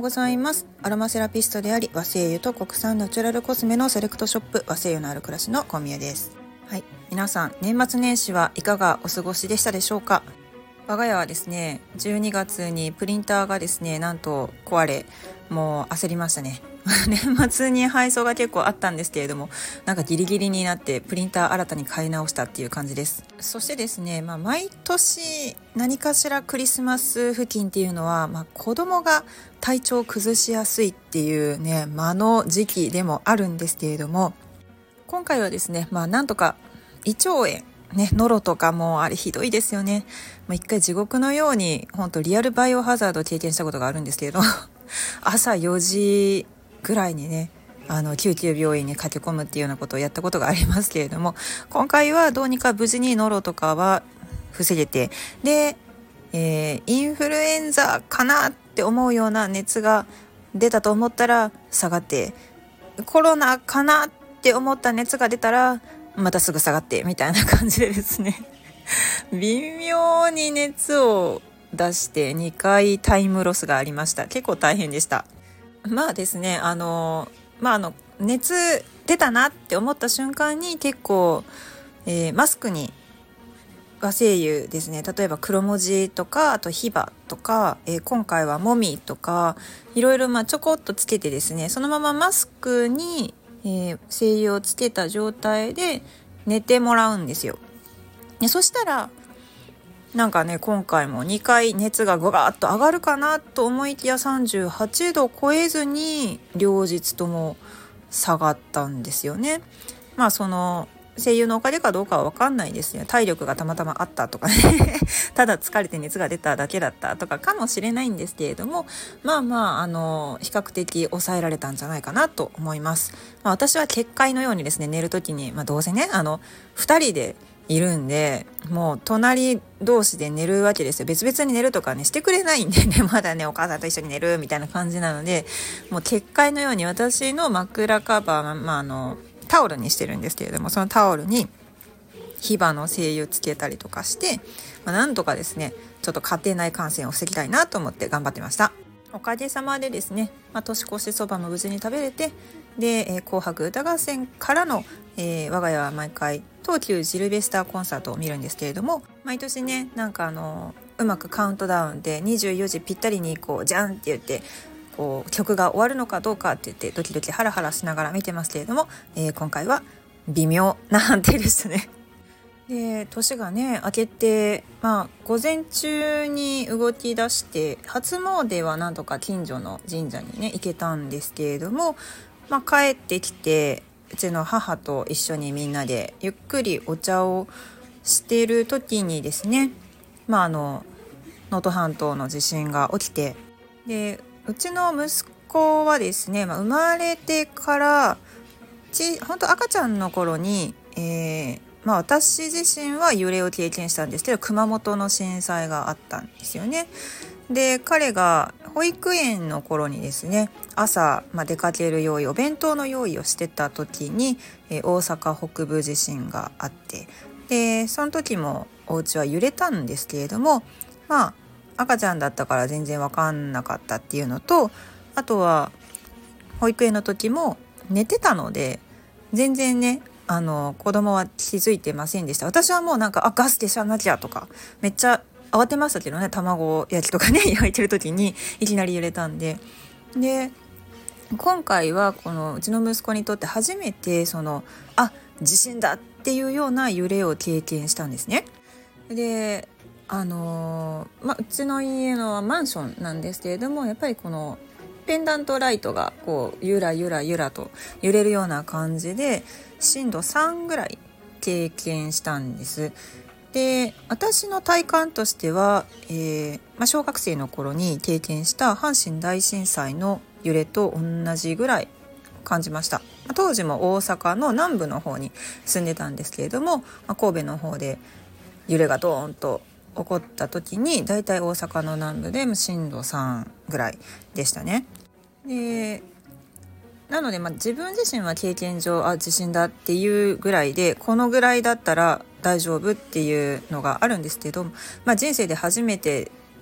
ございます。アロマセラピストであり、和精油と国産ナチュラルコスメのセレクトショップ、和精油のある暮らしの小宮です。はい、皆さん年末年始はいかがお過ごしでしたでしょうか。我が家はですね、12月にプリンターがですね、なんと壊れ、もう焦りましたね。年末に配送が結構あったんですけれども、なんかギリギリになってプリンター新たに買い直したっていう感じです。そしてですね、毎年何かしらクリスマス付近っていうのは、子供が体調を崩しやすいっていうね、間の時期でもあるんですけれども、今回はですね、なんとか胃腸炎ね、ノロとかもあれひどいですよね。一回地獄のように本当リアルバイオハザードを経験したことがあるんですけれど朝4時ぐらいにね、救急病院に駆け込むっていうようなことをやったことがありますけれども、今回はどうにか無事にノロとかは防げて、で、インフルエンザかなって思うような熱が出たと思ったら下がって、コロナかなって思った熱が出たらまたすぐ下がってみたいな感じでですね微妙に熱を出して2回タイムロスがありました。結構大変でした。ですね、熱出たなって思った瞬間に結構、マスクに和精油ですね、例えば黒文字とか、あとヒバとか、今回はモミとか、いろいろちょこっとつけてですね、そのままマスクに精油をつけた状態で寝てもらうんですよ。でそしたらなんかね、今回も2回熱がぐガーッと上がるかなと思いきや38度超えずに両日とも下がったんですよね。その声優のおかげかどうかは分かんないですね。体力がたまたまあったとかねただ疲れて熱が出ただけだったとかかもしれないんですけれども、比較的抑えられたんじゃないかなと思います。私は結界のようにですね、寝るときに、どうせね2人でいるんで、もう隣同士で寝るわけですよ。別々に寝るとかねしてくれないんでね、まだねお母さんと一緒に寝るみたいな感じなので、もう結界のように私の枕カバー、タオルにしてるんですけれども、そのタオルにヒバの精油つけたりとかして、なんとかですねちょっと家庭内感染を防ぎたいなと思って頑張ってました。おかげさまでですね、年越しそばも無事に食べれて、で、紅白歌合戦からの、我が家は毎回東急ジルベスターコンサートを見るんですけれども、毎年ねうまくカウントダウンで24時ぴったりにジャンって言って曲が終わるのかどうかって言ってドキドキハラハラしながら見てますけれども、今回は微妙な判定でしたね。で年がね明けて、午前中に動き出して初詣はなんとか近所の神社にね行けたんですけれども、帰ってきてうちの母と一緒にみんなでゆっくりお茶をしている時にですね、能登半島の地震が起きて、でうちの息子はですね、生まれてから本当赤ちゃんの頃に、私自身は揺れを経験したんですけど、熊本の震災があったんですよね。で彼が保育園の頃にですね、朝、出かける用意、お弁当の用意をしてた時に、大阪北部地震があって、でその時もお家は揺れたんですけれども、赤ちゃんだったから全然分かんなかったっていうのと、あとは保育園の時も寝てたので全然ね子供は気づいてませんでした。私はもうガス消さなきゃとかめっちゃ慌てましたけどね、卵焼きとかね焼いてる時にいきなり揺れたんで。で今回はこのうちの息子にとって初めて地震だっていうような揺れを経験したんですね。でうちの家のマンションなんですけれども、やっぱりこのペンダントライトがゆらゆらゆらと揺れるような感じで震度3ぐらい経験したんです。で私の体感としては、小学生の頃に経験した阪神大震災の揺れと同じぐらい感じました。当時も大阪の南部の方に住んでたんですけれども、神戸の方で揺れがドーンと起こった時にだいたい大阪の南部で震度3ぐらいでしたね。でなので、自分自身は経験上地震だっていうぐらいで、このぐらいだったら大丈夫っていうのがあるんですけど、人生で初めて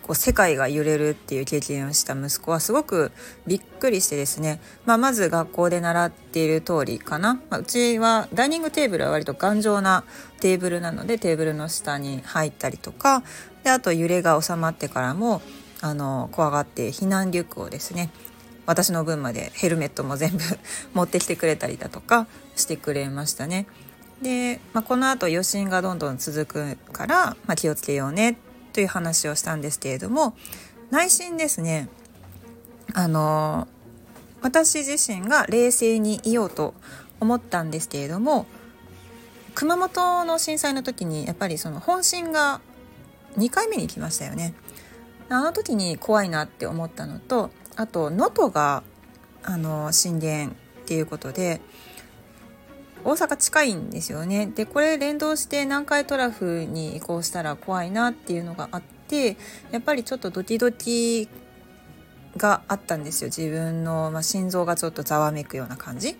こう世界が揺れるっていう経験をした息子はすごくびっくりしてですね、まず学校で習っている通りかな、うちはダイニングテーブルは割と頑丈なテーブルなので、テーブルの下に入ったりとかで、あと揺れが収まってからも怖がって避難リュックをですね、私の分までヘルメットも全部持ってきてくれたりだとかしてくれましたね。で、この後余震がどんどん続くから、気をつけようねという話をしたんですけれども、内心ですね、私自身が冷静にいようと思ったんですけれども、熊本の震災の時にやっぱりその本震が2回目に来ましたよね。あの時に怖いなって思ったのと、あと能登が震源っていうことで大阪近いんですよね。でこれ連動して南海トラフに移行したら怖いなっていうのがあって、やっぱりちょっとドキドキがあったんですよ。自分の、心臓がちょっとざわめくような感じ。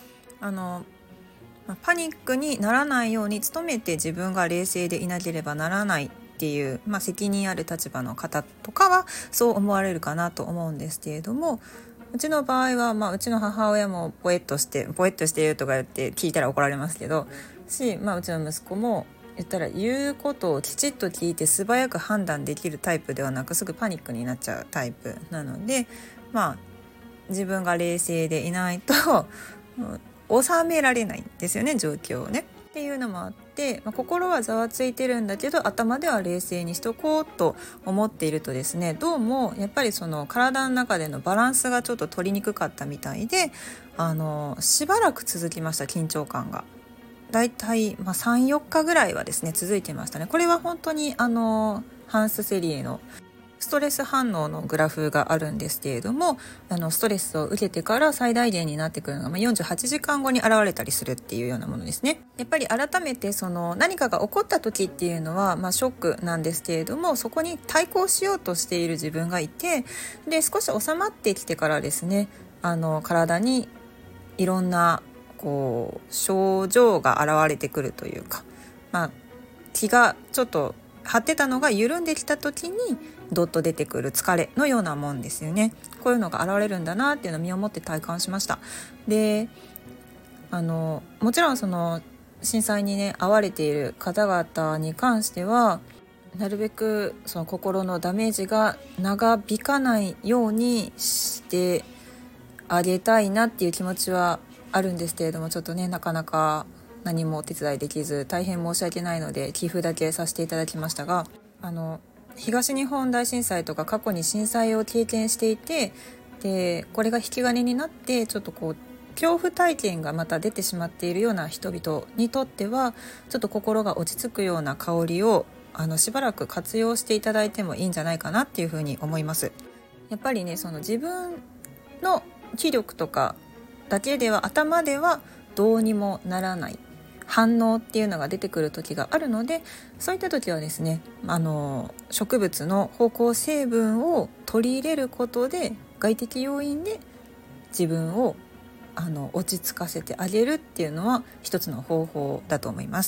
パニックにならないように努めて自分が冷静でいなければならないっていう、責任ある立場の方とかはそう思われるかなと思うんですけれども、うちの場合は、うちの母親もポエッとしているとか言って聞いたら怒られますけどうちの息子も言ったら言うことをきちっと聞いて素早く判断できるタイプではなく、すぐパニックになっちゃうタイプなので、自分が冷静でいないと収められないんですよね、状況をね。っていうのもあって、心はざわついてるんだけど頭では冷静にしとこうと思っているとですね、どうもやっぱりその体の中でのバランスがちょっと取りにくかったみたいで、しばらく続きました。緊張感がだいたい 3,4 日ぐらいはですね続いてましたね。これは本当にハンス・セリエのストレス反応のグラフがあるんですけれども、ストレスを受けてから最大限になってくるのが、48時間後に現れたりするっていうようなものですね。やっぱり改めてその何かが起こった時っていうのは、ショックなんですけれども、そこに対抗しようとしている自分がいて、で少し収まってきてからですね、体にいろんな症状が現れてくるというか、気がちょっと張ってたのが緩んできた時にドッと出てくる疲れのようなもんですよね。こういうのが現れるんだなっていうのを身をもって体感しました。でもちろんその震災にね遭われている方々に関してはなるべくその心のダメージが長引かないようにしてあげたいなっていう気持ちはあるんですけれども、ちょっとねなかなか何もお手伝いできず大変申し訳ないので寄付だけさせていただきましたが、東日本大震災とか過去に震災を経験していて、でこれが引き金になってちょっと恐怖体験がまた出てしまっているような人々にとっては、ちょっと心が落ち着くような香りをしばらく活用していただいてもいいんじゃないかなっていうふうに思います。やっぱりね、その自分の気力とかだけでは頭ではどうにもならない反応っていうのが出てくる時があるので、そういった時はですね、植物の芳香成分を取り入れることで外的要因で自分を落ち着かせてあげるっていうのは一つの方法だと思います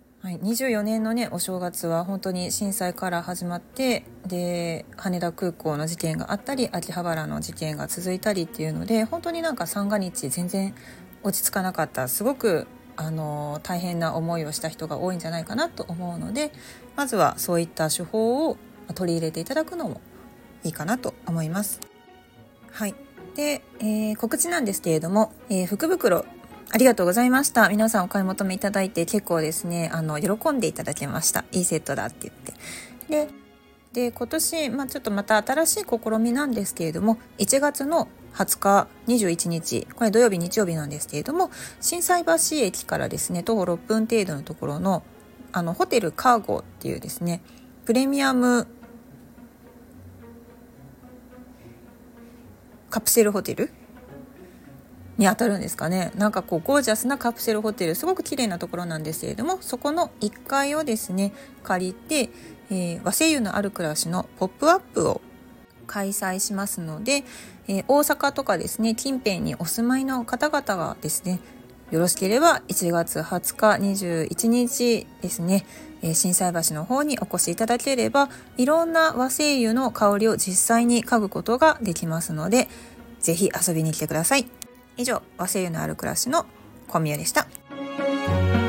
。24年のねお正月は本当に震災から始まって、で羽田空港の事件があったり秋葉原の事件が続いたりっていうので、本当に三が日全然落ち着かなかった、すごく大変な思いをした人が多いんじゃないかなと思うので、まずはそういった手法を取り入れていただくのもいいかなと思います。で、告知なんですけれども、福袋ありがとうございました。皆さんお買い求めいただいて結構ですね喜んでいただけました。いいセットだって言って、で今年、ちょっとまた新しい試みなんですけれども、1月の20日21日これ土曜日日曜日なんですけれども、心斎橋駅からですね徒歩6分程度のところのホテルカーゴっていうですねプレミアムカプセルホテルに当たるんですかね。ゴージャスなカプセルホテル、すごく綺麗なところなんですけれども、そこの1階をですね借りて、和製油のある暮らしのポップアップを開催しますので、大阪とかですね近辺にお住まいの方々がですねよろしければ1月20日21日ですね、心斎橋の方にお越しいただければ、いろんな和精油の香りを実際に嗅ぐことができますので、ぜひ遊びに来てください。以上、和精油のある暮らしの小宮でした。